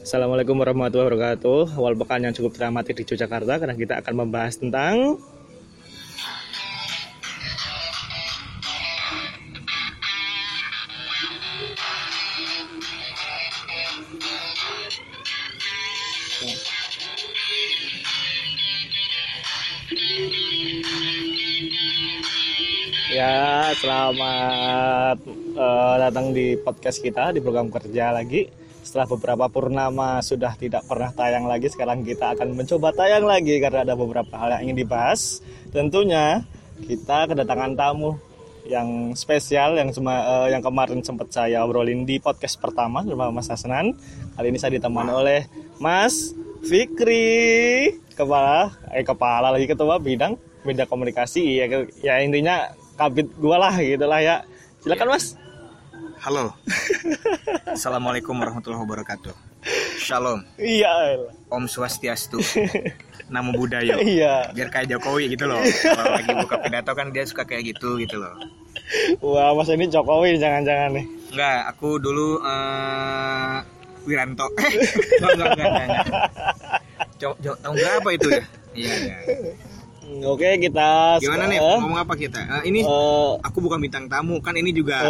Assalamualaikum warahmatullahi wabarakatuh. Awal pekan yang cukup dramatik di Yogyakarta karena kita akan membahas tentang ya, selamat datang di podcast kita di program kerja lagi. Setelah beberapa purnama sudah tidak pernah tayang lagi, sekarang kita akan mencoba tayang lagi karena ada beberapa hal yang ingin dibahas. Tentunya kita kedatangan tamu yang spesial yang kemarin sempat saya obrolin di podcast pertama bersama Mas Hasnan. Kali ini saya ditemani oleh Mas Fikri, ketua bidang media komunikasi. Ya intinya kabit gua lah gitulah ya. Silakan Mas. Halo. Assalamualaikum warahmatullahi wabarakatuh. Shalom. Iya. Om Swastiastu. Namo Buddhaya. Iya. Biar kayak Jokowi gitu loh. Kalau lagi buka pidato kan dia suka kayak gitu loh. Wah, Mas ini Jokowi jangan-jangan nih. Enggak, aku dulu Wiranto. Enggak. Tahun berapa itu ya? Iya. Oke, kita gimana nih ngomong apa kita? Ini aku bukan bintang tamu kan, ini juga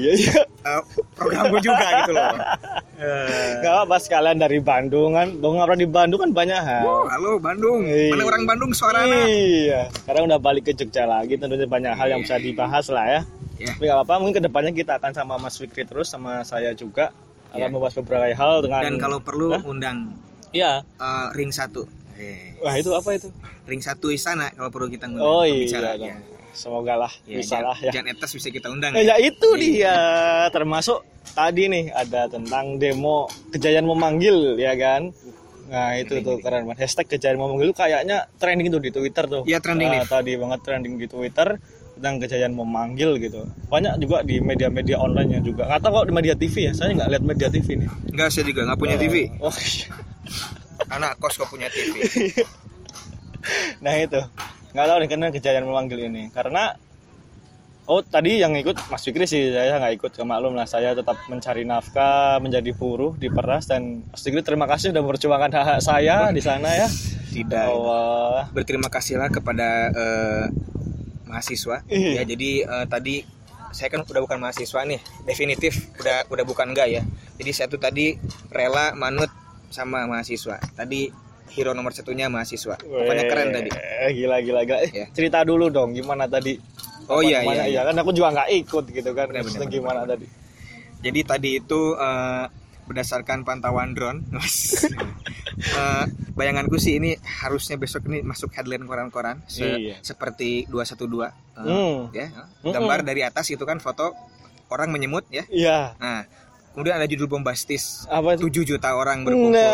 program gue juga gitu loh. Gak apa sekalian dari Bandung kan. Ngobrol di Bandung kan banyak hal. Halo Bandung. Mana orang Bandung suaranya? Iya. Sekarang udah balik ke Jogja lagi, tentunya banyak hal yang bisa dibahas lah ya. Tapi gak apa-apa, mungkin kedepannya kita akan sama Mas Fikri terus, sama saya juga akan membahas beberapa hal dengan. Dan kalau perlu undang. Iya. Ring 1. Wah, itu apa itu? Ring 1 istana kalau perlu kita ngundang. Oh iya. Semoga lah bisa lah ya. Jan Etes bisa kita undang. Ya itu dia. Termasuk tadi nih ada tentang demo Kejayaan Memanggil ya kan. Nah itu tuh keren banget. Hashtag Kejayaan Memanggil itu kayaknya trending tuh di Twitter tuh. Iya trending nih. Tadi banget trending di Twitter tentang Kejayaan Memanggil gitu. Banyak juga di media-media online juga. Nggak tahu kok di media TV ya. Saya nggak lihat media TV nih. Nggak, saya juga nggak punya TV. Oh iya. Anak kos kok punya TV. Nah itu nggak tahu nih karena Kejayaan Memanggil ini karena tadi yang ikut Mas Fikri sih, saya nggak ikut, maklum lah, saya tetap mencari nafkah, menjadi buruh di Peras, dan Mas Fikri terima kasih sudah memperjuangkan hak saya di sana ya. Tidak. Berterima kasihlah kepada mahasiswa. Ya jadi tadi saya kan udah bukan mahasiswa nih, definitif udah bukan enggak ya. Jadi saya tuh tadi rela manut sama mahasiswa. Tadi hero nomor satunya mahasiswa. Pokoknya keren tadi. Gila. Ya. Cerita dulu dong gimana tadi. Oh iya. Kan aku juga nggak ikut gitu kan. Benar. Gimana tadi? Jadi tadi itu berdasarkan pantauan drone. Bayanganku sih ini harusnya besok ini masuk headline koran-koran seperti 212 ya. Gambar dari atas itu kan foto orang menyemut ya. Iya. Nah, kemudian ada judul bombastis, 7 juta orang berkumpul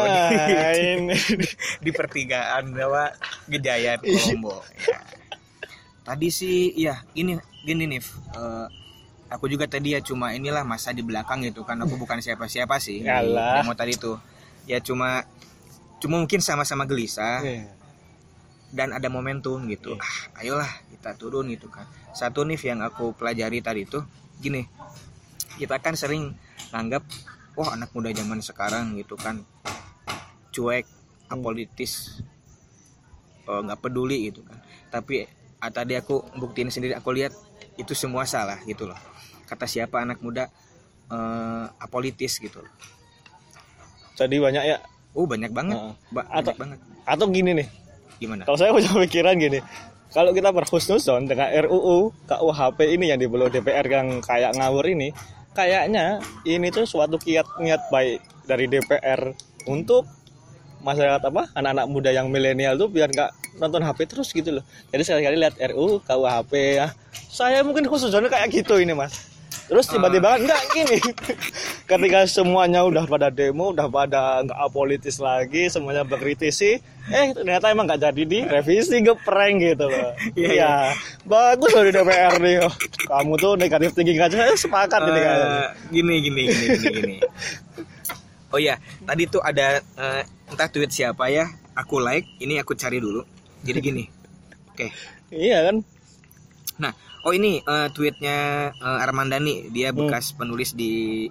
di pertigaan bawah Gejayan Kolombo. Ya. Tadi sih, ya gini nih, aku juga tadi ya cuma inilah masa di belakang gitu kan, aku bukan siapa-siapa sih. Demo tadi tuh, ya cuma mungkin sama-sama gelisah dan ada momentum gitu. Ayolah kita turun gitu kan. Satu nih yang aku pelajari tadi tuh, gini, kita kan sering nanggap anak muda zaman sekarang gitu kan cuek, apolitis, nggak peduli gitu kan. Tapi tadi aku buktiin sendiri, aku lihat itu semua salah gitu loh. Kata siapa anak muda apolitis gitu loh. Jadi banyak ya? Banyak banget. Banyak banget. Atau gini nih. Gimana? Kalau saya punya pikiran gini. Kalau kita berhusnuzon dengan RUU KUHP ini yang dibelok DPR yang kayak ngawur ini, kayaknya ini tuh suatu niat baik dari DPR untuk masyarakat anak-anak muda yang milenial tuh biar nggak nonton HP terus gitu loh. Jadi sekali-kali lihat RUU KUHP ya. Saya mungkin husnuzonnya kayak gitu ini Mas. Terus tiba-tiba enggak gini. Ketika semuanya udah pada demo, udah pada nggak apolitis lagi, semuanya berkritisi, ternyata emang nggak jadi direvisi, geprank gitu loh. Iya. Bagus loh di DPR nih. Kamu tuh negatif thinking aja, saya sepakat ini kayaknya. Gini. Oh ya, tadi tuh ada entah tweet siapa ya, aku like, ini aku cari dulu. Jadi gini. Oke. Iya kan? Nah, ini tweetnya Armandani, dia bekas penulis di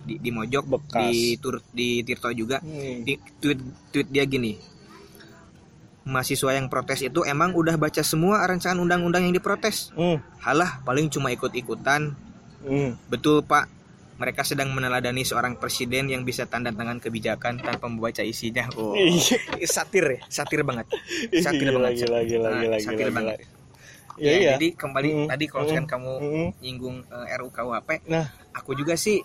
di Mojok, bekas. di Tirto juga. Di tweet dia gini, mahasiswa yang protes itu emang udah baca semua rancangan undang-undang yang diprotes. Halah, paling cuma ikut-ikutan. Betul Pak, mereka sedang meneladani seorang presiden yang bisa tanda tangan kebijakan tanpa membaca isinya. Satir banget. Satir banget. Gila. Ya, jadi kembali tadi kalau misalkan kamu nyinggung RUU KUHP, nah aku juga sih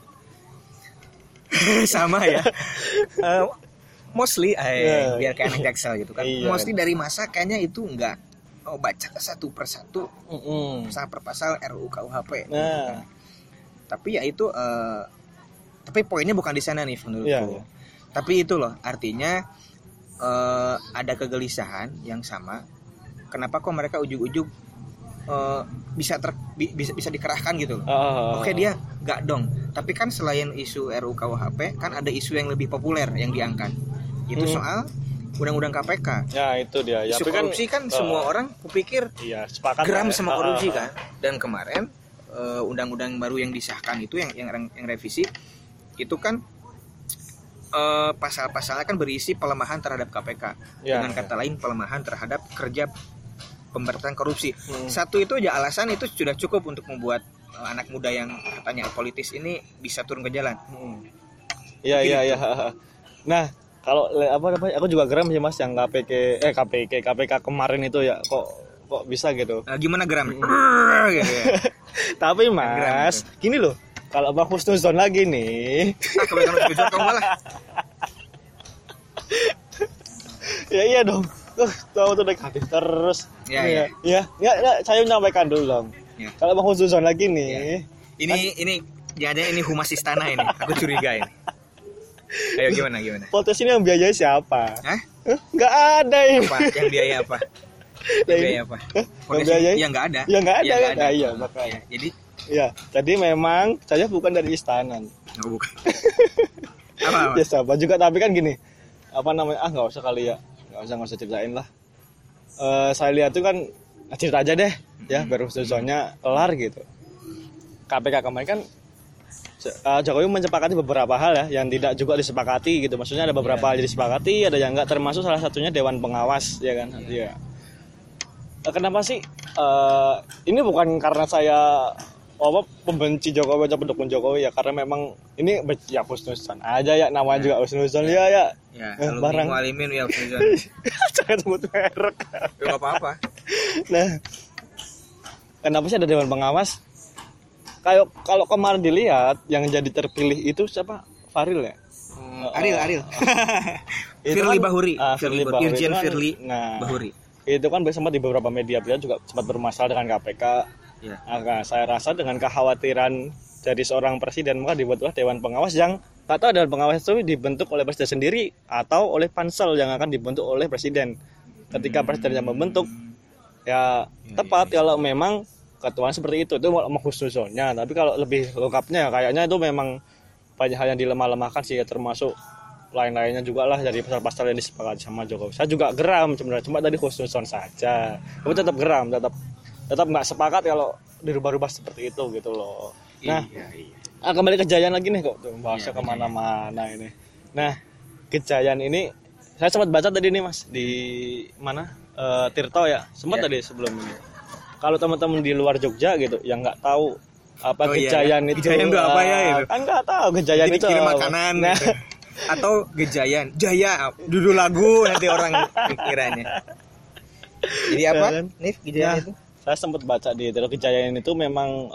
sama ya. Mostly biar kayak anak Jaksel gitu kan. Mostly dari masa kayaknya itu enggak baca satu persatu pasal per pasal RUU KUHP. Nah. Tapi ya itu tapi poinnya bukan di sana nih menurutku. Tapi itu loh, artinya ada kegelisahan yang sama. Kenapa kok mereka ujug-ujug bisa dikerahkan gitu loh. Oke, dia enggak dong. Tapi kan selain isu RUU KUHP kan ada isu yang lebih populer yang diangkat. Itu soal undang-undang KPK. Ya itu dia. Isu korupsi kan semua orang kupikir sepakat geram sama korupsi kan. Dan kemarin undang-undang baru yang disahkan itu yang revisi itu kan pasal-pasalnya kan berisi pelemahan terhadap KPK. Dengan kata lain pelemahan terhadap kerja pemberantasan korupsi. Satu itu aja alasan itu sudah cukup untuk membuat anak muda yang katanya politis ini bisa turun ke jalan. Iya. Nah, kalau aku juga geram sih Mas yang KPK kemarin itu ya kok bisa gitu. Gimana geram? Gitu ya. Tapi Mas, gini loh. Kalau Bang Husnuzon lagi nih. Kebanyakan Husnuzon kamu malah. Ya iya dong. Tahu tuh negatif terus. Ya, saya menyampaikan dulu dong. Kalau Bang Husnuzon lagi nih. Ini jangan ini humas istana ini. Aku curiga ini. Ayo gimana? Potes ini yang biayai siapa? Nggak ada ini. Apa? Yang biaya apa? Yang biayai? Ya nggak ada. Ya nggak ada. Iya, makanya. Jadi memang saya bukan dari istana. Oh, bukan. Apa? Ya siapa juga, tapi kan gini. Apa namanya? Nggak usah kali ya. Nggak usah ceritain lah. Saya lihat tuh kan cerita aja deh. Ya, baru Husnuzonnya kelar gitu. KPK kemarin kan Jokowi menyepakati beberapa hal ya yang tidak juga disepakati gitu. Maksudnya ada beberapa hal yang disepakati, ada yang enggak, termasuk salah satunya Dewan Pengawas ya kan. Iya. Kenapa sih ini bukan karena saya pembenci Jokowi atau pendukung Jokowi ya, karena memang ini ya Husnuzon aja ya, namanya juga Husnuzon ya. Ya, kalau barang Alimin ya Husnuzon. Jangan sebut merek. Enggak apa-apa. Nah, kenapa sih ada Dewan Pengawas? Kalau kemarin dilihat yang jadi terpilih itu siapa? Faril ya? Aril. Firly Bahuri. Irjen Firly Bahuri. Itu kan sempat di beberapa media juga sempat bermasalah dengan KPK. Ya. Nah, saya rasa dengan kekhawatiran dari seorang presiden maka dibuatlah Dewan Pengawas yang tak tahu Dewan Pengawas itu dibentuk oleh presiden sendiri atau oleh pansel yang akan dibentuk oleh presiden. Ketika presiden yang membentuk ya tepat kalau memang ketuaan seperti itu Husnuzonnya. Tapi kalau lebih lengkapnya kayaknya itu memang banyak hal yang dilemah-lemahkan sih ya, termasuk lain-lainnya juga lah dari pasal-pasal yang disepakati sama Jokowi. Saya juga geram sebenarnya, cuma tadi Husnuzon saja. Tapi tetap geram, tetap nggak sepakat kalau dirubah-rubah seperti itu gitu loh. Nah, kembali ke Kejayaan lagi nih kok, bahasnya kemana-mana ini. Nah, Kejayaan ini saya sempat baca tadi nih Mas di mana Tirto ya, sempat tadi sebelum ini. Kalau teman-teman di luar Jogja gitu yang nggak tahu apa Kejayaan itu. Kejayaan itu apa ya itu? Kan nggak tahu Kejayaan itu. Kirim makanan. Nah. Gitu. Atau Kejayaan, Jaya, duduk lagu nanti orang pikirannya. Jadi apa? Nih Kejayaan itu? Saya sempat baca di Tirto, Kejayaan itu memang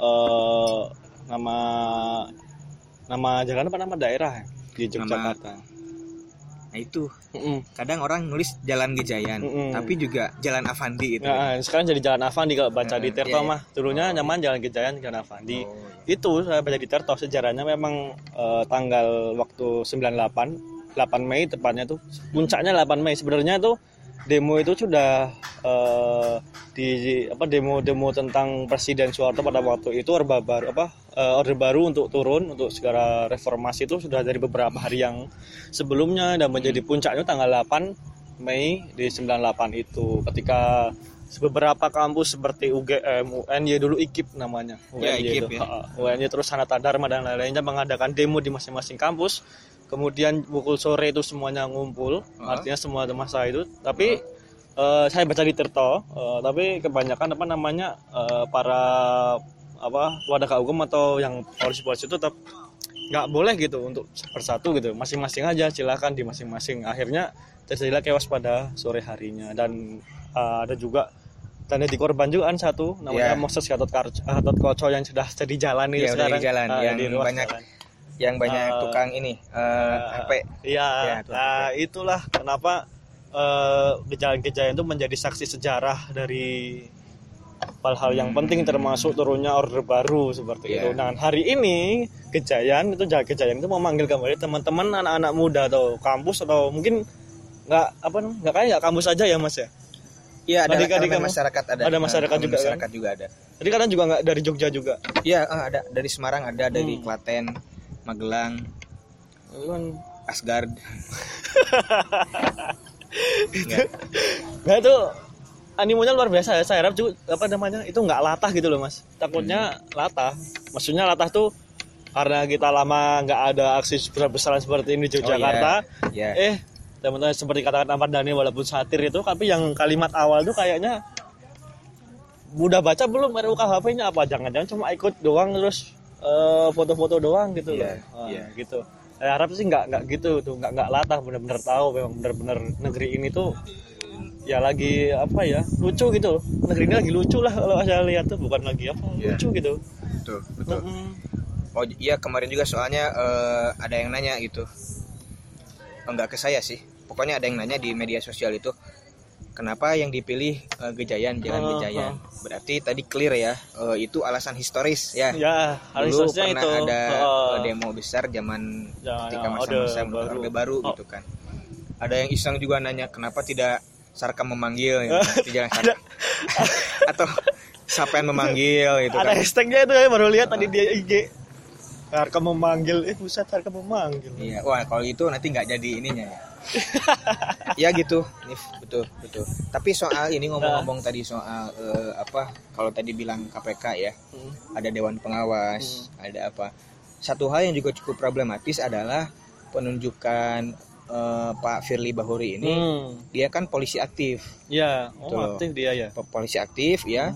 nama jalan apa nama daerah di Yogyakarta. Nah itu kadang orang nulis Jalan Gejayan, tapi juga Jalan Afandi itu. Nah, sekarang jadi Jalan Afandi kalau baca di Tirto mah. Dulunya nyaman Jalan Gejayan, Jalan Afandi. Itu saya baca di Tirto, sejarahnya memang tanggal waktu 8 Mei tepatnya tuh. Puncaknya 8 Mei sebenarnya tuh demo itu sudah demo tentang Presiden Soeharto pada waktu itu orde baru untuk turun untuk segala reformasi itu sudah dari beberapa hari yang sebelumnya, dan menjadi puncaknya tanggal 8 Mei di 98 itu ketika beberapa kampus seperti UGM, UNY dulu IKIP namanya, UNY itu, UNY terus Sanata Dharma dan lain-lainnya mengadakan demo di masing-masing kampus. Kemudian pukul sore itu semuanya ngumpul, artinya semua masa itu. Tapi saya baca di Tirto, tapi kebanyakan para wadah hukum atau yang polisi-polisi itu tetap nggak boleh gitu untuk bersatu gitu, masing-masing aja, silakan di masing-masing. Akhirnya terjadilah chaos pada sore harinya. Dan ada juga tanda di korban juga kan satu namanya Moses Gatot Koco yang sudah jadi jalan ini sekarang yang banyak tukang ini HP. Itulah kenapa kejayaan itu menjadi saksi sejarah dari hal-hal yang penting, termasuk turunnya Orde Baru seperti itu. Nah, hari ini kejayaan itu memanggil kembali teman-teman anak-anak muda atau kampus, atau mungkin nggak kayak kampus aja ya Mas ya. Iya, ada masyarakat juga ada. Jadi kadang juga nggak dari Jogja juga. Iya, ada dari Semarang, ada dari Klaten, Magelang, Asgard. Nah itu animonya luar biasa ya. Saya harap juga itu nggak latah gitu loh Mas. Takutnya latah. Maksudnya latah tuh karena kita lama nggak ada aksi besar-besaran seperti ini di Yogyakarta. Teman-teman seperti katakan Ahmad Dhani, walaupun satir itu, tapi yang kalimat awal tuh kayaknya udah baca belum RUKHP-nya apa? Jangan-jangan cuma ikut doang terus foto-foto doang gitu loh. Gitu. Saya harap sih nggak gitu tuh, nggak latah, benar-benar tahu memang benar-benar negeri ini tuh ya lagi lucu gitu. Negeri ini lagi lucu lah kalau saya lihat tuh, bukan lagi lucu gitu. Betul. Oh iya, kemarin juga soalnya ada yang nanya gitu. Enggak ke saya sih. Pokoknya ada yang nanya di media sosial itu, kenapa yang dipilih Gejayan, Jalan Gejayan? Berarti tadi clear ya, itu alasan historis ya. Ya, dulu pernah itu ada demo besar zaman ketika masa-masa Orde Baru gitu kan. Ada yang iseng juga nanya kenapa tidak Sarkam memanggil gitu, tidak atau siapa yang memanggil gitu kan. Ada hashtagnya itu ya, baru lihat tadi dia IG. Sarkam memanggil, Sarkam memanggil. Iya, wah kalau itu nanti nggak jadi ininya ya. Ya gitu, betul. Tapi soal ini ngomong-ngomong tadi soal kalau tadi bilang KPK ya, ada Dewan Pengawas, ada apa. Satu hal yang juga cukup problematis adalah penunjukan Pak Firly Bahuri ini. Dia kan polisi aktif. Ya, aktif dia ya. Polisi aktif ya.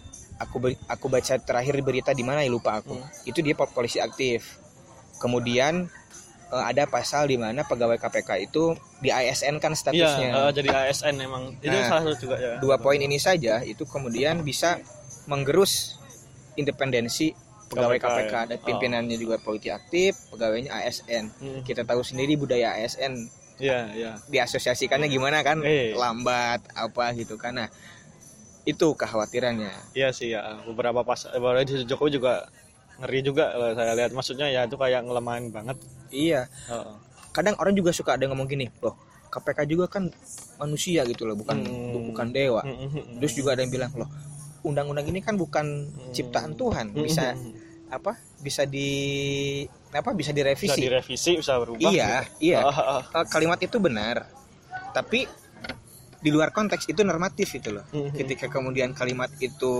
Aku baca terakhir berita di mana ya, lupa aku. Itu dia polisi aktif. Kemudian ada pasal di mana pegawai KPK itu di ASN kan statusnya. Iya, jadi ASN memang. Itu salah satu juga ya. 2 poin ini saja itu kemudian bisa menggerus independensi pegawai KPK dan pimpinannya juga politik aktif, pegawainya ASN. Kita tahu sendiri budaya ASN. Iya. Diasosiasikannya gimana kan? Lambat apa gitu kan. Nah, itu kekhawatirannya. Iya sih ya. Beberapa di Jokowi juga ngeri juga saya lihat, maksudnya ya itu kayak ngelemahin banget. Iya. Kadang orang juga suka ada ngomong gini, loh KPK juga kan manusia gitu loh, bukan dewa. Terus juga ada yang bilang, loh undang-undang ini kan bukan ciptaan Tuhan, bisa bisa direvisi. Bisa direvisi, bisa berubah. Iya. Kalimat itu benar. Tapi di luar konteks itu normatif itu loh. Ketika kemudian kalimat itu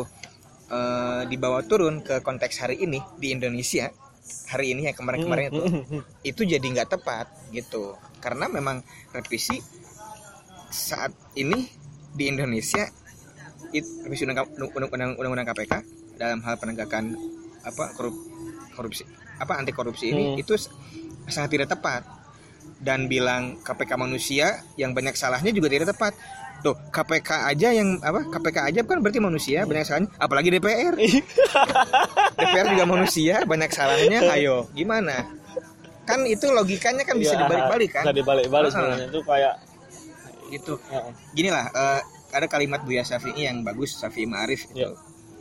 dibawa turun ke konteks hari ini di Indonesia, hari ini ya, kemarin-kemarin itu jadi nggak tepat gitu, karena memang revisi saat ini di Indonesia revisi undang-undang KPK dalam hal penegakan korupsi anti korupsi ini itu sangat tidak tepat, dan bilang KPK manusia yang banyak salahnya juga tidak tepat. Tuh, KPK aja kan berarti manusia banyak salahnya, apalagi DPR. DPR juga manusia banyak salahnya. Ayo, gimana? Kan itu logikanya kan bisa dibalik-balik kan? Bisa dibalik-balik sebenarnya itu kayak gitu. Ginilah, ada kalimat Buya Syafi'i yang bagus, Syafi'i Ma'arif itu.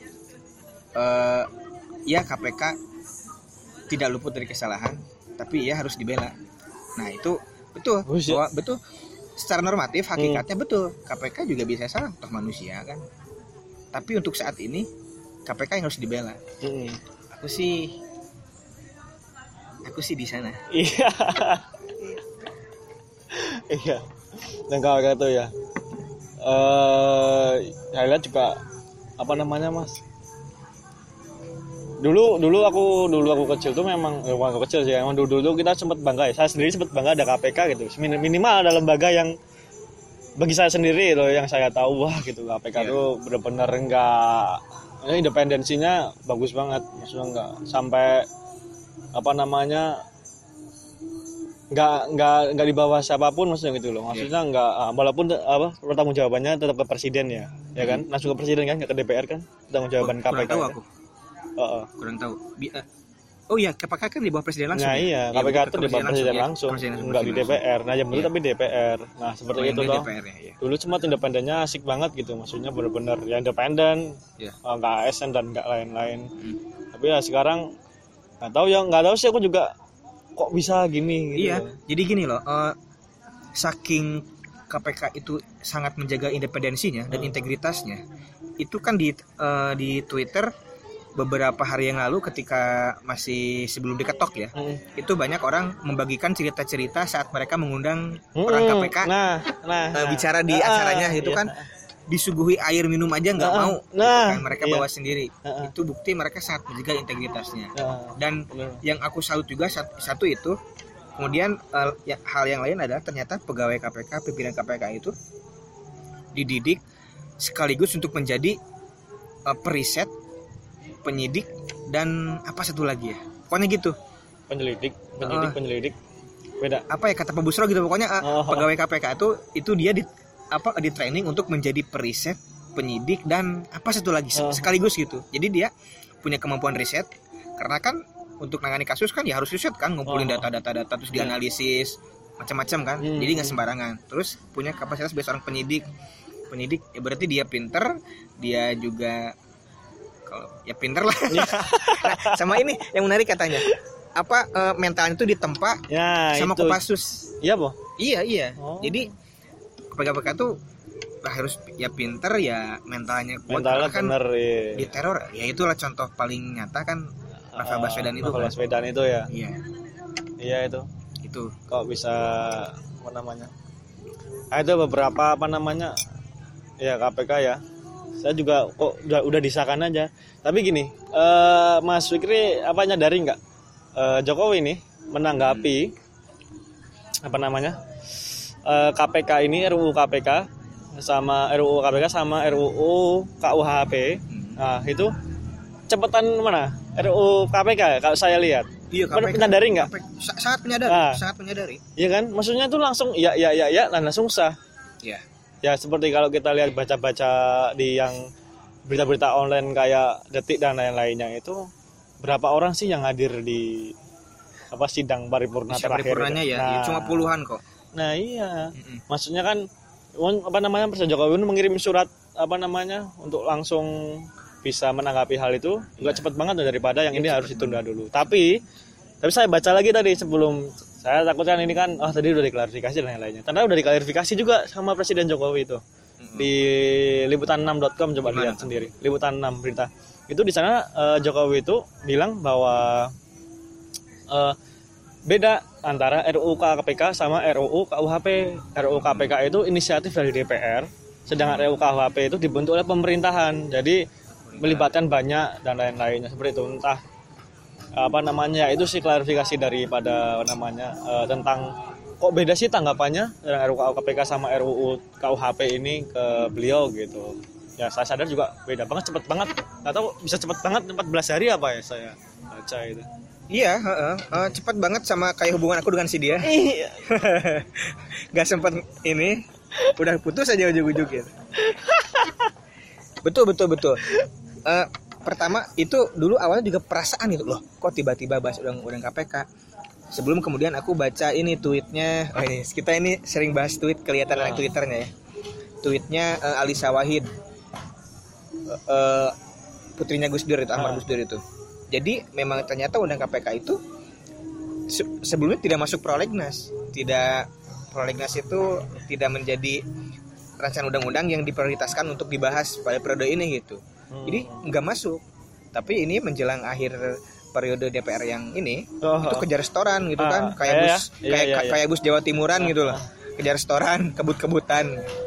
Ya KPK tidak luput dari kesalahan, tapi ya harus dibela. Nah, itu betul. Betul. Secara normatif hakikatnya betul, KPK juga bisa salah, toh manusia kan. Tapi untuk saat ini KPK yang harus dibela. Aku sih di sana. Iya. Dan kalau gitu ya, saya lihat juga apa namanya Mas, dulu aku kecil tuh memang waktu kecil sih, emang dulu kita sempat bangga ya, saya sendiri sempat bangga ada KPK gitu, minimal ada lembaga yang bagi saya sendiri loh yang saya tahu, wah gitu KPK tuh benar-benar enggak, independensinya bagus banget, maksudnya enggak sampai apa namanya nggak di bawah siapapun, maksudnya gitu loh, maksudnya nggak walaupun pertanggung jawabannya tetap ke presiden ya kan, langsung ke presiden kan, nggak ke DPR kan pertanggung jawaban KPK. Kurang tahu aku. Kurang tahu. Oh iya, KPK kan di bawah presiden langsung. Nah iya, KPK itu di bawah presiden langsung, nggak di DPR. Nah yang tapi DPR. Nah seperti itu loh. Dulu cuma independennya asik banget gitu, maksudnya benar-benar ya independen, nggak ASN dan nggak lain-lain. Tapi ya sekarang nggak tahu sih aku juga kok bisa gini gitu. Iya, jadi gini loh, saking KPK itu sangat menjaga independensinya dan integritasnya, itu kan di Twitter beberapa hari yang lalu ketika masih sebelum diketok ya, itu banyak orang membagikan cerita-cerita saat mereka mengundang orang KPK bicara di acaranya itu kan disuguhi air minum aja nggak mau, kan mereka bawa sendiri. Itu bukti mereka sangat menjaga integritasnya. Dan yang aku salut juga satu itu, kemudian hal yang lain adalah ternyata pegawai KPK, pimpinan KPK itu dididik sekaligus untuk menjadi periset, penyidik, dan apa satu lagi ya, pokoknya gitu. Penyelidik beda. Apa ya kata Pak Busro gitu, pokoknya pegawai KPK itu dia di training untuk menjadi periset, penyidik, dan apa satu lagi sekaligus gitu. Jadi dia punya kemampuan riset, karena kan untuk nangani kasus kan ya harus riset kan, ngumpulin data terus dianalisis macam-macam kan. Jadi nggak sembarangan. Terus punya kapasitas sebagai seorang penyidik ya berarti dia pinter, dia juga kalau ya pinter lah. Nah, sama ini yang menarik katanya mentalnya itu ditempa sama itu. Kopassus. Iya boh. Iya. Jadi KPK tuh harus ya pinter ya mentalnya kuat, kan bener, iya. Di teror ya itulah contoh paling nyata kan Novel Baswedan itu. Novel Baswedan itu ya. Iya itu. Kok bisa apa namanya? Ada beberapa ya KPK ya. Saya juga kok udah disahkan aja. Tapi gini, Mas Fikri nyadari nggak Jokowi ini menanggapi KPK ini RUU KPK sama RUU KUHP. Nah, itu cepetan mana? RUU KPK ya kalau saya lihat. Iya, KPK. Menyadari nggak? Sangat menyadari. Iya kan? Maksudnya itu langsung ya langsung sah. Iya. Ya seperti kalau kita lihat baca-baca di yang berita-berita online kayak Detik dan lain-lainnya itu, berapa orang sih yang hadir di sidang paripurna terakhir? Paripurnanya ya cuma puluhan kok. Nah iya, maksudnya kan Presiden Jokowi mengirim surat untuk langsung bisa menanggapi hal itu nggak cepat banget daripada yang ini harus ditunda dulu. Tapi saya baca lagi tadi sebelum, saya takutkan ini kan tadi udah diklarifikasi dan lain-lainnya. Ternyata udah diklarifikasi juga sama Presiden Jokowi itu di liputan6.com, coba lihat sendiri. Liputan 6 berita itu, di sana Jokowi itu bilang bahwa beda antara RUU KPK sama RUU KUHP. RUU KPK itu inisiatif dari DPR, sedangkan RUU KUHP itu dibentuk oleh pemerintahan. Jadi melibatkan banyak dan lain-lainnya seperti itu. Entah itu sih klarifikasi daripada tentang kok beda sih tanggapannya dari RUU KPK sama RUU KUHP ini ke beliau gitu. Ya saya sadar juga beda banget, cepet banget. Nggak tahu bisa cepet banget 14 hari apa ya saya baca itu. Iya, cepat banget sama kayak hubungan aku dengan si dia. Iya. Gak sempat ini, udah putus aja ujung-ujungnya. Betul. Pertama itu dulu awalnya juga perasaan gitu loh, kok tiba-tiba bahas undang-undang KPK. Sebelum kemudian aku baca ini tweetnya, kita ini sering bahas tweet, kelihatan anak Twitternya ya. Tweetnya Alisa Wahid, putrinya Gus Dur itu, Ahmad Gus Dur itu. Jadi memang ternyata undang KPK itu sebelumnya tidak masuk prolegnas. Prolegnas itu tidak menjadi rancangan undang-undang yang diprioritaskan untuk dibahas pada periode ini gitu. Jadi nggak masuk. Tapi ini menjelang akhir periode DPR yang ini itu kejar setoran gitu kan, kayak bus Jawa Timuran gitu loh. Kejar setoran, kebut-kebutan.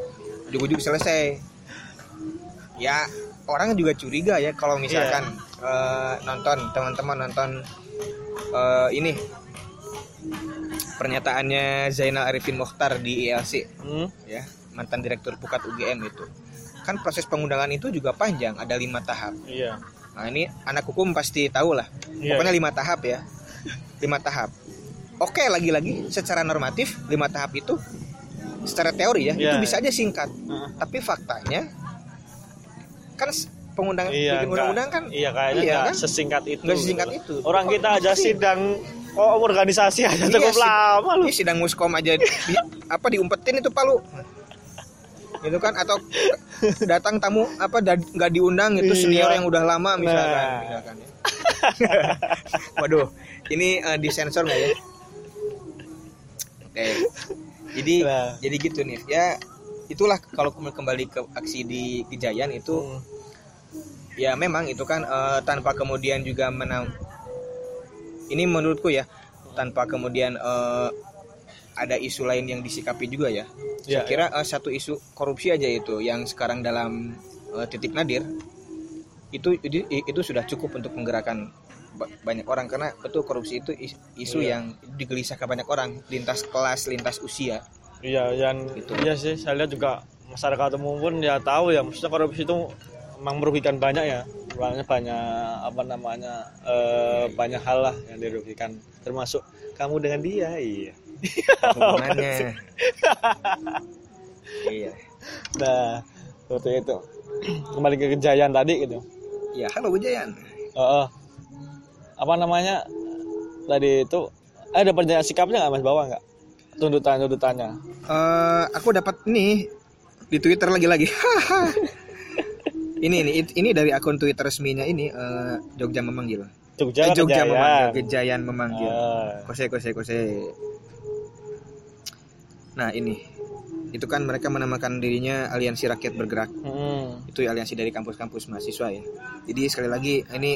ujuk-ujuk selesai. Ya orang juga curiga ya kalau misalkan teman-teman nonton ini pernyataannya Zainal Arifin Mochtar di ILC, ya, mantan direktur Pukat UGM itu. Kan proses pengundangan itu juga panjang, ada 5 tahap. Iya. Nah ini anak hukum pasti tahu lah. Pokoknya 5 tahap ya. 5 tahap. Oke, lagi-lagi secara normatif 5 tahap itu secara teori ya itu bisa aja singkat. Tapi faktanya kan pengundangan bikin undang-undang kan kayaknya kan? Sesingkat itu. Nggak sesingkat itu. Orang kita aja sidang organisasi aja cukup lama loh. Sidang muskom aja diumpetin itu palu. Gitu kan, atau datang tamu nggak diundang itu senior yang udah lama misalkan ya. Waduh, ini disensor nggak ya? Oke. Jadi gitu nih ya, itulah kalau kembali ke aksi di Gejayan itu ya memang itu kan tanpa kemudian juga ini menurutku ya, tanpa kemudian ada isu lain yang disikapi juga ya. Saya kira satu isu korupsi aja itu yang sekarang dalam titik nadir itu sudah cukup untuk menggerakkan banyak orang, karena betul korupsi itu isu yang digelisahkan banyak orang lintas kelas, lintas usia. Iya, gitu. Iya sih, saya lihat juga masyarakat umum pun ya tahu ya, maksudnya korupsi itu memang merugikan banyak ya. Banyak hal lah yang dirugikan, termasuk kamu dengan dia. Iya. Hubungannya. Iya. Nah, seperti itu. Kembali ke Gejayan tadi gitu. Ya, halo Gejayan. Apa namanya? Tadi itu ada pertanyaan sikapnya nggak Mas, bawa nggak? Tuntutannya. Aku dapat nih di Twitter lagi-lagi. Ini dari akun Twitter resminya ini Jogja memanggil. Jogja memanggil, Gejayan memanggil. Kose. Nah ini, itu kan mereka menamakan dirinya Aliansi Rakyat Bergerak. Itu aliansi dari kampus-kampus mahasiswa ya. Jadi sekali lagi ini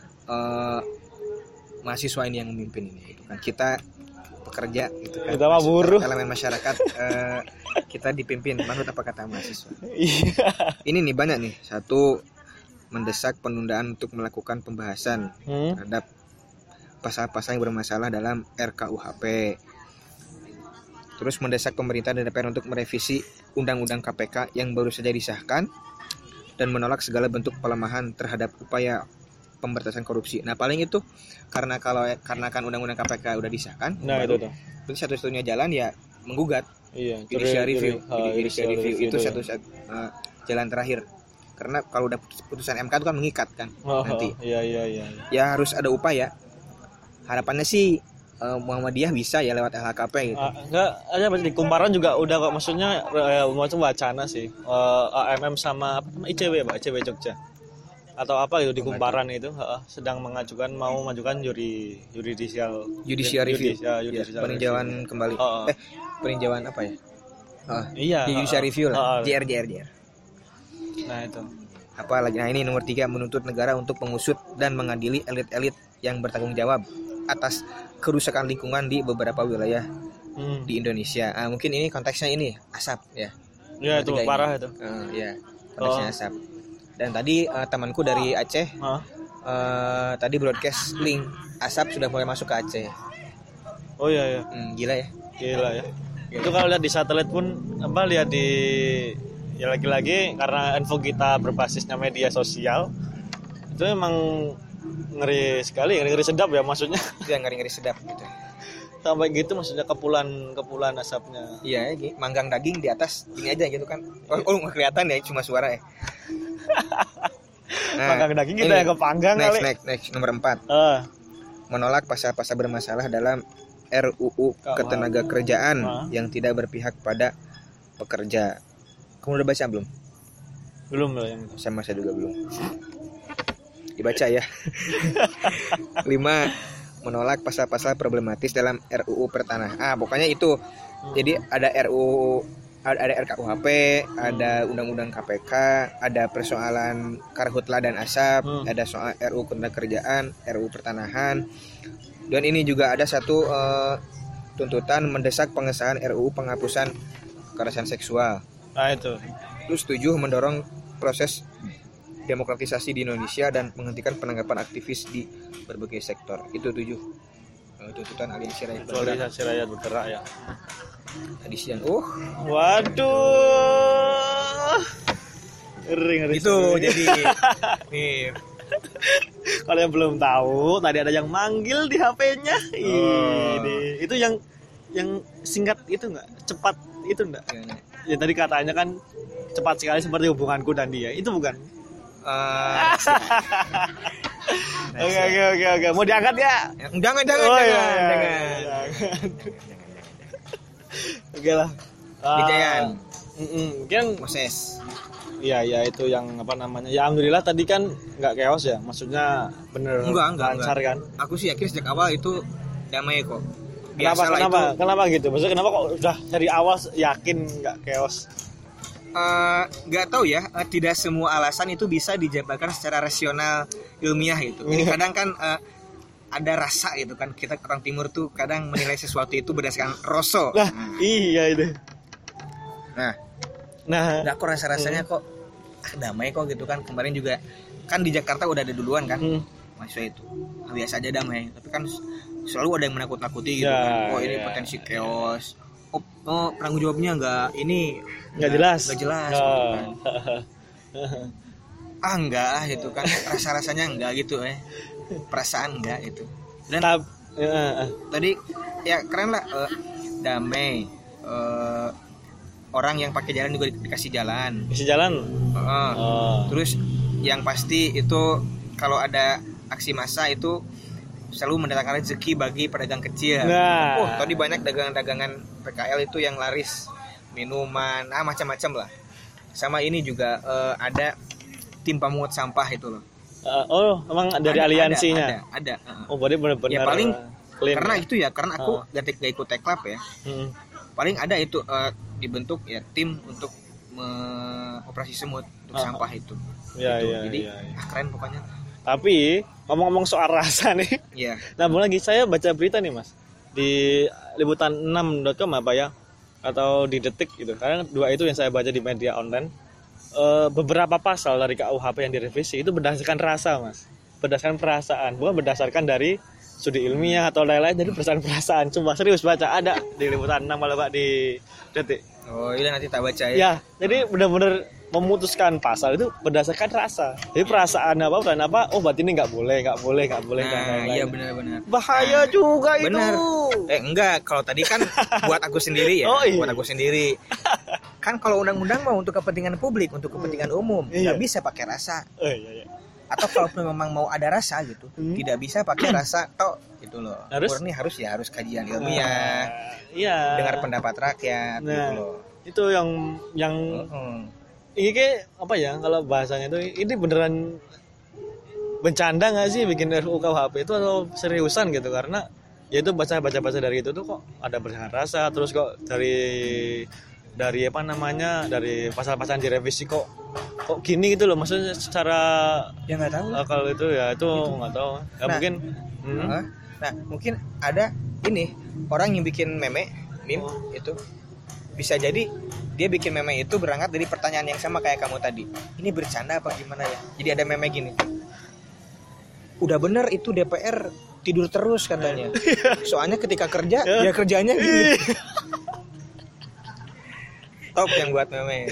mahasiswa ini yang memimpin ini. Gitu kan. Kita pekerja, gitu kan. Kita mah buruh. Elemen masyarakat kita dipimpin menurut apa kata mahasiswa. Ini nih banyak nih. 1, mendesak penundaan untuk melakukan pembahasan terhadap pasal-pasal yang bermasalah dalam RKUHP. Terus mendesak pemerintah dan DPR untuk merevisi Undang-Undang KPK yang baru saja disahkan dan menolak segala bentuk pelemahan terhadap upaya pemberantasan korupsi. Nah paling itu karena kan Undang-Undang KPK udah disahkan, itu tuh. Berarti satu-satunya jalan ya menggugat. Iya. Judicial review itu satu jalan terakhir. Karena kalau udah putusan MK itu kan mengikat kan nanti. Iya. Ya harus ada upaya. Harapannya sih Muhammadiyah bisa ya lewat LHKP gitu. Enggak, aja di Kumparan juga udah kok, maksudnya macam wacana sih. AMM sama ICW ya, Pak, ICW Jogja. Atau apa gitu di Kumparan itu sedang mau majukan judicial review. Peninjauan kembali. Peninjauan apa ya? Iya, judicial review lah. JR. Nah itu. Apa lagi? Nah ini nomor 3, menuntut negara untuk mengusut dan mengadili elit-elit yang bertanggung jawab atas kerusakan lingkungan di beberapa wilayah di Indonesia. Mungkin ini konteksnya ini asap ya. Iya itu parah itu. Ya, konteksnya asap. Dan tadi temanku dari Aceh tadi broadcast link asap sudah mulai masuk ke Aceh. Oh iya. Gila ya. Itu kalau lihat di satelit pun lihat di ya lagi-lagi karena info kita berbasisnya media sosial itu emang ngeri sekali, ngeri sedap ya maksudnya. Iya, ngeri sedap gitu. Sampai gitu maksudnya kepulan asapnya. Iya, manggang daging di atas ini aja gitu kan. Oh nggak kelihatan ya, cuma suara ya. Manggang daging kita yang kepanggang kali. Next nomor 4. Menolak pasal-pasal bermasalah dalam RUU Ketenagakerjaan yang tidak berpihak pada pekerja. Kamu udah baca belum? Belum lah yang itu. Saya juga belum. Dibaca ya. 5. Menolak pasal-pasal problematis dalam RUU Pertanahan. Pokoknya itu. Jadi ada RKUHP, ada Undang-Undang KPK, ada persoalan Karhutla dan Asap, ada soal RUU Ketenagakerjaan, RUU Pertanahan. Dan ini juga ada satu tuntutan mendesak pengesahan RUU penghapusan kekerasan seksual. Nah itu. Terus 7 mendorong proses demokratisasi di Indonesia dan menghentikan penangkapan aktivis di berbagai sektor. Itu 7 tuntutan aliansi rakyat bergerak. Aliansi rakyat bergerak ya. Tadi siang. Waduh. Ngeri. Itu jadi nih. Kalau yang belum tahu, tadi ada yang manggil di HP-nya. Ini. Itu yang singkat itu enggak? Cepat itu enggak? Ya tadi katanya kan cepat sekali seperti hubunganku dan dia. Itu bukan? Oke. Mau diangkat ya? Jangan. Oke lah. Bijayan. Kan proses. Iya itu yang apa namanya. Ya alhamdulillah tadi kan nggak chaos ya. Maksudnya bener lancar kan. Aku sih yakin sejak awal itu damai kok. Kenapa gitu? Maksudnya kenapa kok udah dari awal yakin nggak chaos? Nggak tahu ya, tidak semua alasan itu bisa dijabarkan secara rasional ilmiah gitu. Jadi kadang kan ada rasa gitu kan, kita orang timur tuh kadang menilai sesuatu itu berdasarkan rasa. Iya itu. Nah kok rasanya kok damai kok gitu kan. Kemarin juga kan di Jakarta udah ada duluan kan mahasiswa itu biasa aja damai, tapi kan selalu ada yang menakut-nakuti gitu kan. Ini potensi chaos. Penanggung jawabnya nggak jelas gitu kan. Enggak gitu kan, rasanya enggak gitu perasaan enggak itu. Dan tadi ya keren lah, damai, orang yang pakai jalan juga dikasih jalan. Terus yang pasti itu kalau ada aksi massa itu selalu mendatangkan rezeki bagi pedagang kecil. Tadi banyak dagangan-dagangan PKL itu yang laris, minuman, macam-macam lah. Sama ini juga ada tim pemungut sampah itu loh. Emang dari aliansinya? Ada. Berarti benar-benar. Ya paling clean, karena itu ya, karena aku gak ikut teklap ya. Paling ada itu dibentuk ya tim untuk operasi semut untuk sampah itu. Jadi keren pokoknya. Tapi ngomong-ngomong soal rasa nih. Iya. Nah, lagi saya baca berita nih, Mas. Di liputan6.com apa ya? Atau di Detik gitu. Karena dua itu yang saya baca di media online. Beberapa pasal dari KUHP yang direvisi itu berdasarkan rasa, Mas. Berdasarkan perasaan, bukan berdasarkan dari studi ilmiah atau lain-lain, jadi berdasarkan perasaan. Coba serius baca, ada di liputan 6 malah Pak di Detik. Iya nanti tak baca ya. Ya, jadi benar-benar memutuskan pasal itu berdasarkan rasa. Jadi perasaan apa? Berarti ini nggak boleh. Iya benar-benar. Bahaya juga itu. Benar. Enggak, kalau tadi kan buat aku sendiri ya. Buat aku sendiri. Kan kalau undang-undang mau untuk kepentingan publik, untuk kepentingan umum, nggak bisa pakai rasa. Iya. Atau kalau memang mau ada rasa gitu, tidak bisa pakai rasa toh gitu loh. Murni harus kajian ilmiah. Iya. Dengar pendapat rakyat gitu loh. Itu yang ini kayak apa ya, kalau bahasanya itu ini beneran bercanda nggak sih bikin RUU KUHP itu atau seriusan gitu, karena ya itu baca dari itu tuh kok ada berdasarkan rasa, terus kok dari apa namanya, dari pasal-pasal direvisi kok gini gitu loh, maksudnya secara ya nggak tahu kalau itu ya itu nggak tahu ya. Mungkin ada ini orang yang bikin meme itu bisa jadi dia bikin meme itu berangkat dari pertanyaan yang sama kayak kamu tadi. Ini bercanda apa gimana ya? Jadi ada meme gini. Udah bener itu DPR tidur terus katanya. Soalnya ketika kerja ya kerjanya gini. Top yang buat meme.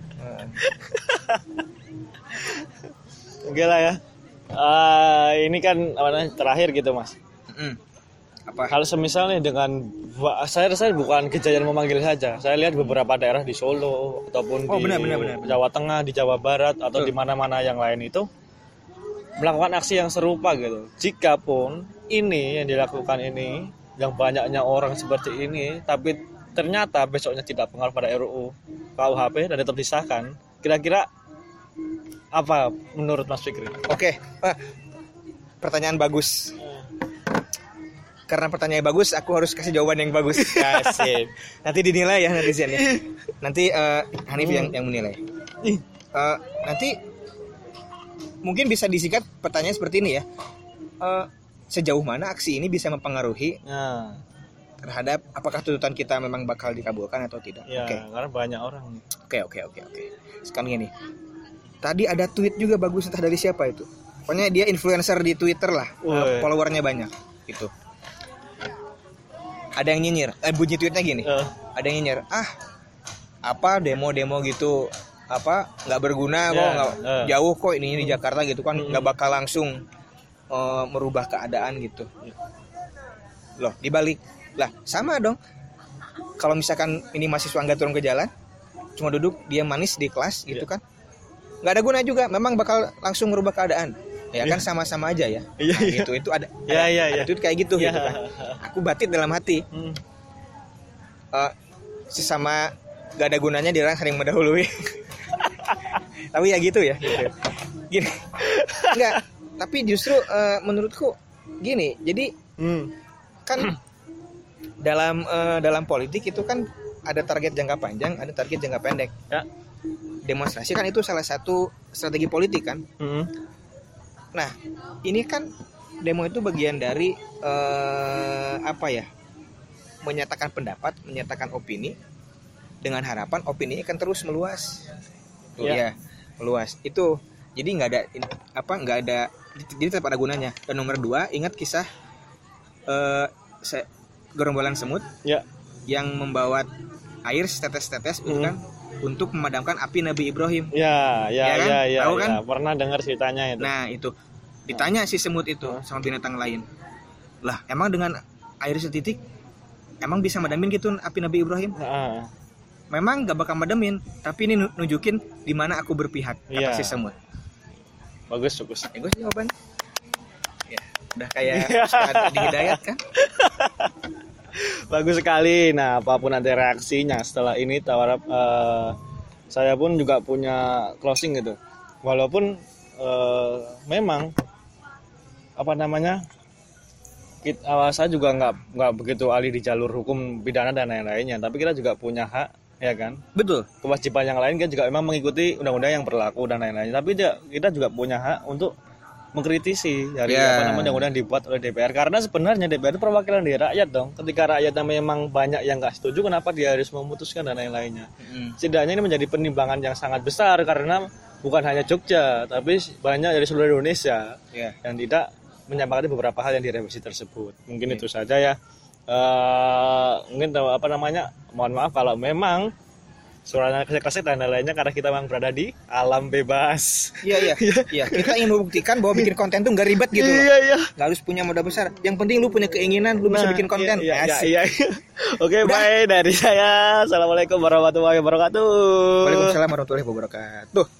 Oke lah ya. Ini kan terakhir gitu, Mas. Apa? Kalau semisal nih dengan saya rasa bukan kejayaan memanggil saja. Saya lihat beberapa daerah di Solo ataupun benar. Jawa Tengah, di Jawa Barat atau di mana-mana yang lain itu melakukan aksi yang serupa gitu. Jikapun ini yang dilakukan ini yang banyaknya orang seperti ini, tapi ternyata besoknya tidak pengaruh pada RUU KUHP dan tetap disahkan. Kira-kira apa menurut Mas Fikri? Oke. Pertanyaan bagus. Karena pertanyaannya bagus, aku harus kasih jawaban yang bagus. Kasih. Nanti dinilai ya netizen ya. Nanti Hanif yang menilai. Nanti mungkin bisa disingkat pertanyaan seperti ini ya. Sejauh mana aksi ini bisa mempengaruhi terhadap apakah tuntutan kita memang bakal dikabulkan atau tidak. Ya, karena banyak orang. Oke. Sekarang gini. Tadi ada tweet juga bagus, entah dari siapa itu. Pokoknya dia influencer di Twitter lah. Followernya banyak gitu. Ada yang nyinyir. Bunyi tweetnya gini. Ada yang nyinyir. Apa demo-demo gitu, apa nggak berguna kok, nggak jauh kok ini di Jakarta gitu kan, nggak bakal langsung merubah keadaan gitu. Loh, dibalik lah sama dong. Kalau misalkan ini mahasiswa nggak turun ke jalan, cuma duduk dia manis di kelas gitu kan, nggak ada guna juga. Memang bakal langsung merubah keadaan. Ya kan sama-sama aja ya. Gitu itu ada. Ada tweet kayak gitu gitu kan. Aku batit dalam hati. Sesama nggak ada gunanya dia orang sering mendahului. Tapi ya gitu ya. Gini. Enggak. Tapi justru menurutku gini. Jadi kan dalam politik itu kan ada target jangka panjang, ada target jangka pendek. Ya. Demonstrasi kan itu salah satu strategi politik kan. Nah, ini kan demo itu bagian dari menyatakan pendapat, menyatakan opini dengan harapan opini akan terus meluas. Meluas. Itu jadi nggak ada jadi tetap ada gunanya. Dan nomor 2, ingat kisah gerombolan semut yang membawa air setetes-tetes itu kan untuk memadamkan api Nabi Ibrahim. Tahu kan? Pernah dengar ceritanya itu. Nah, itu ditanya si semut itu sama binatang lain. Lah, emang dengan air setitik emang bisa madamin gitu api Nabi Ibrahim? Memang gak bakal madamin, tapi ini nunjukin di mana aku berpihak, kata si semut. Bagus. Bagus jawabannya. Ya, udah kayak di Hidayat kan? Bagus sekali. Nah, apapun nanti reaksinya setelah ini, saya pun juga punya closing gitu. Walaupun memang saya juga nggak begitu ahli di jalur hukum pidana dan lain-lainnya, tapi kita juga punya hak, ya kan? Betul. Kewajiban yang lain kan juga memang mengikuti undang-undang yang berlaku dan lain-lainnya. Tapi kita juga punya hak untuk mengkritisi dari undang-undang dibuat oleh DPR, karena sebenarnya DPR itu perwakilan dari rakyat dong. Ketika rakyatnya memang banyak yang nggak setuju, kenapa dia harus memutuskan dan lain-lainnya? Setidaknya ini menjadi penimbangan yang sangat besar, karena bukan hanya Jogja, tapi banyak dari seluruh Indonesia yang tidak menyepakati beberapa hal yang direvisi tersebut. Mungkin itu saja ya. Mungkin mohon maaf kalau memang suaranya kesek-kesek dan lain-lainnya, karena kita memang berada di alam bebas. Iya. Kita ingin membuktikan bahwa bikin konten tuh nggak ribet gitu loh. Nggak harus punya modal besar. Yang penting lu punya keinginan, lu bisa bikin konten. Iya. Oke, bye dari saya. Assalamualaikum warahmatullahi wabarakatuh. Waalaikumsalam warahmatullahi wabarakatuh.